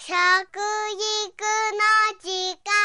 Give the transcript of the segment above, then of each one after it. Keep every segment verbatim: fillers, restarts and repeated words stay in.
食育の時間。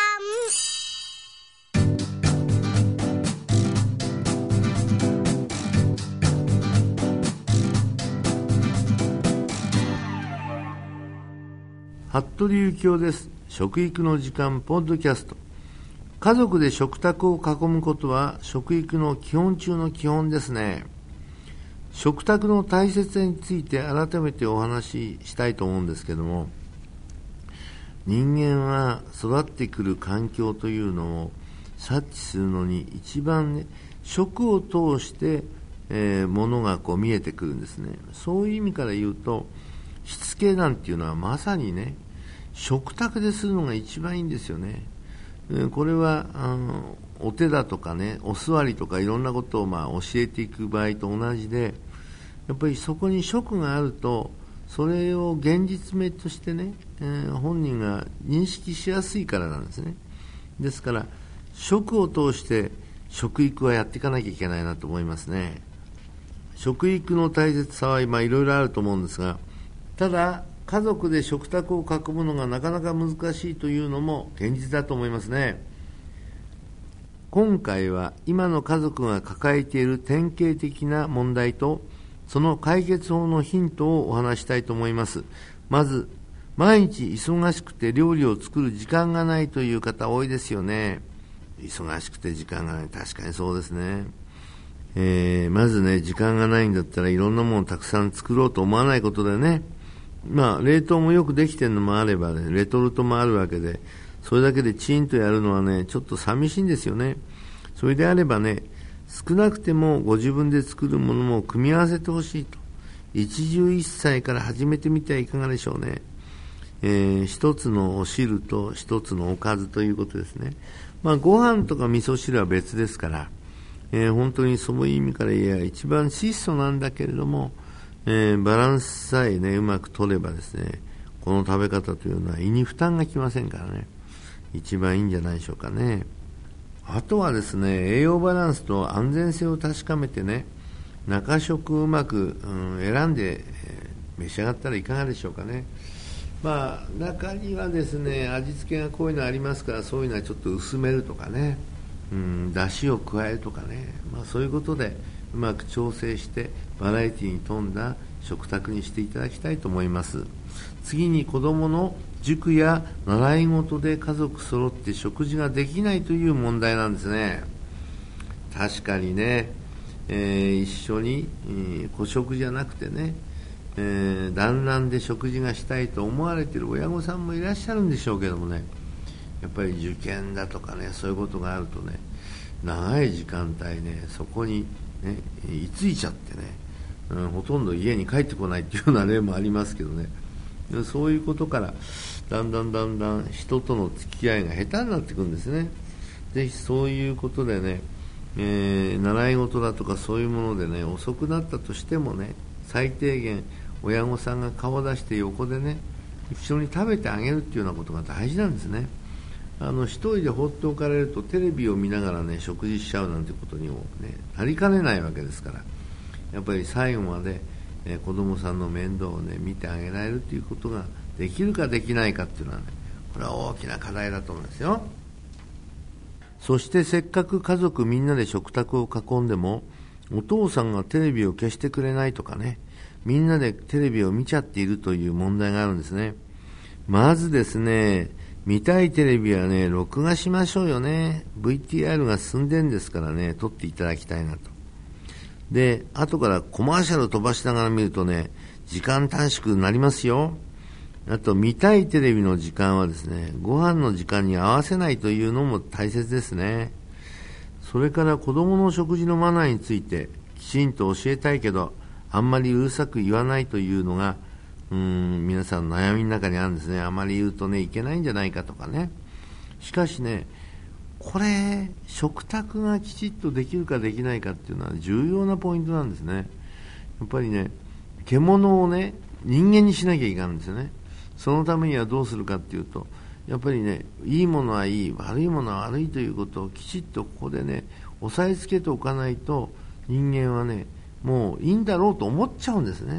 服部幸男です。食育の時間ポッドキャスト。家族で食卓を囲むことは食育の基本中の基本ですね。食卓の大切さについて改めてお話ししたいと思うんですけども、人間は育ってくる環境というのを察知するのに一番ね、食を通して、えー、ものがこう見えてくるんですね。そういう意味から言うと、しつけなんていうのはまさにね、食卓でするのが一番いいんですよね。これはあのお手だとかね、お座りとかいろんなことをまあ教えていく場合と同じで、やっぱりそこに食があると、それを現実味としてね、えー、本人が認識しやすいからなんですね。ですから食を通して食育はやっていかなきゃいけないなと思いますね。食育の大切さは今いろいろあると思うんですが、ただ家族で食卓を囲むのがなかなか難しいというのも現実だと思いますね。今回は今の家族が抱えている典型的な問題とその解決法のヒントをお話したいと思います。まず、毎日忙しくて料理を作る時間がないという方多いですよね。忙しくて時間がない。確かにそうですね。えー、まずね、時間がないんだったらいろんなものをたくさん作ろうと思わないことでね、まあ、冷凍もよくできてるのもあればね、レトルトもあるわけで、それだけでチーンとやるのはね、ちょっと寂しいんですよね。それであればね、少なくてもご自分で作るものも組み合わせてほしいと。一汁一菜から始めてみてはいかがでしょうね。えー、一つのお汁と一つのおかずということですね。まあ、ご飯とか味噌汁は別ですから、えー、本当にそういう意味から言えば一番質素なんだけれども、えー、バランスさえねうまく取ればですね、この食べ方というのは胃に負担がきませんからね、一番いいんじゃないでしょうかね。あとはですね、栄養バランスと安全性を確かめてね、中食をうまく、うん、選んで、えー、召し上がったらいかがでしょうかね。まあ中にはですね、味付けがこういうのありますから、そういうのはちょっと薄めるとかね、うん、出汁を加えるとかね、まあ、そういうことでうまく調整してバラエティに富んだ食卓にしていただきたいと思います。次に、子どもの塾や習い事で家族揃って食事ができないという問題なんですね。確かにね、えー、一緒に、えー、個食じゃなくてね、えー、団らんで食事がしたいと思われている親御さんもいらっしゃるんでしょうけどもね、やっぱり受験だとかね、そういうことがあるとね、長い時間帯ね、そこにね、居ついちゃってね、うん、ほとんど家に帰ってこないっていうような例もありますけどね、そういうことからだんだんだんだん人との付き合いが下手になっていくんですね。ぜひそういうことでね、えー、習い事だとかそういうものでね、遅くなったとしてもね、最低限親御さんが顔を出して横でね、一緒に食べてあげるっていうようなことが大事なんですね。あの一人で放っておかれるとテレビを見ながらね食事しちゃうなんてことにもねなりかねないわけですから、やっぱり最後まで、えー、子供さんの面倒をね見てあげられるということができるかできないかっていうのはね、これは大きな課題だと思いますよ。そしてせっかく家族みんなで食卓を囲んでもお父さんがテレビを消してくれないとかね、みんなでテレビを見ちゃっているという問題があるんですね。まずですね、見たいテレビはね、録画しましょうよね。ブイティーアール が進んでんですからね、撮っていただきたいなと。で、後からコマーシャル飛ばしながら見るとね、時間短縮になりますよ。あと、見たいテレビの時間はですね、ご飯の時間に合わせないというのも大切ですね。それから子供の食事のマナーについてきちんと教えたいけど、あんまりうるさく言わないというのが、うーん皆さんの悩みの中にあるんですね。あまり言うとねいけないんじゃないかとかね。しかしね、これ食卓がきちっとできるかできないかっていうのは重要なポイントなんですね。やっぱりね、獣をね人間にしなきゃいけないんですよね。そのためにはどうするかっていうと、やっぱりね、いいものはいい、悪いものは悪いということをきちっとここでね押さえつけておかないと、人間はねもういいんだろうと思っちゃうんですね。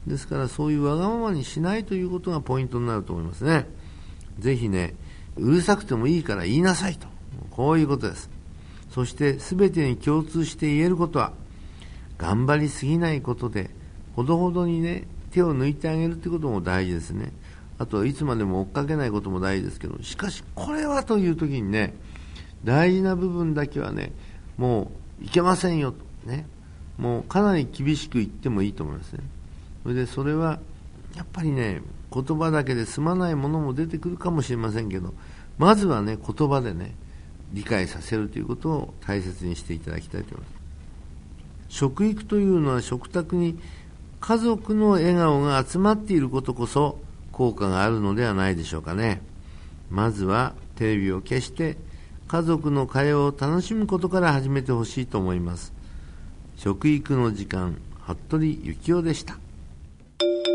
ですからそういうわがままにしないということがポイントになると思いますね。ぜひね、うるさくてもいいから言いなさいと、こういうことです。そして全てに共通して言えることは、頑張りすぎないことでほどほどにね手を抜いてあげるということも大事ですね。あといつまでも追っかけないことも大事ですけど、しかしこれはという時にね、大事な部分だけはね、もういけませんよとね、もうかなり厳しく言ってもいいと思いますね。それでそれはやっぱりね、言葉だけで済まないものも出てくるかもしれませんけど、まずはね、言葉でね理解させるということを大切にしていただきたいと思います。食育というのは、食卓に家族の笑顔が集まっていることこそ効果があるのではないでしょうかね。まずはテレビを消して家族の会話を楽しむことから始めてほしいと思います。食育の時間、服部幸男でした。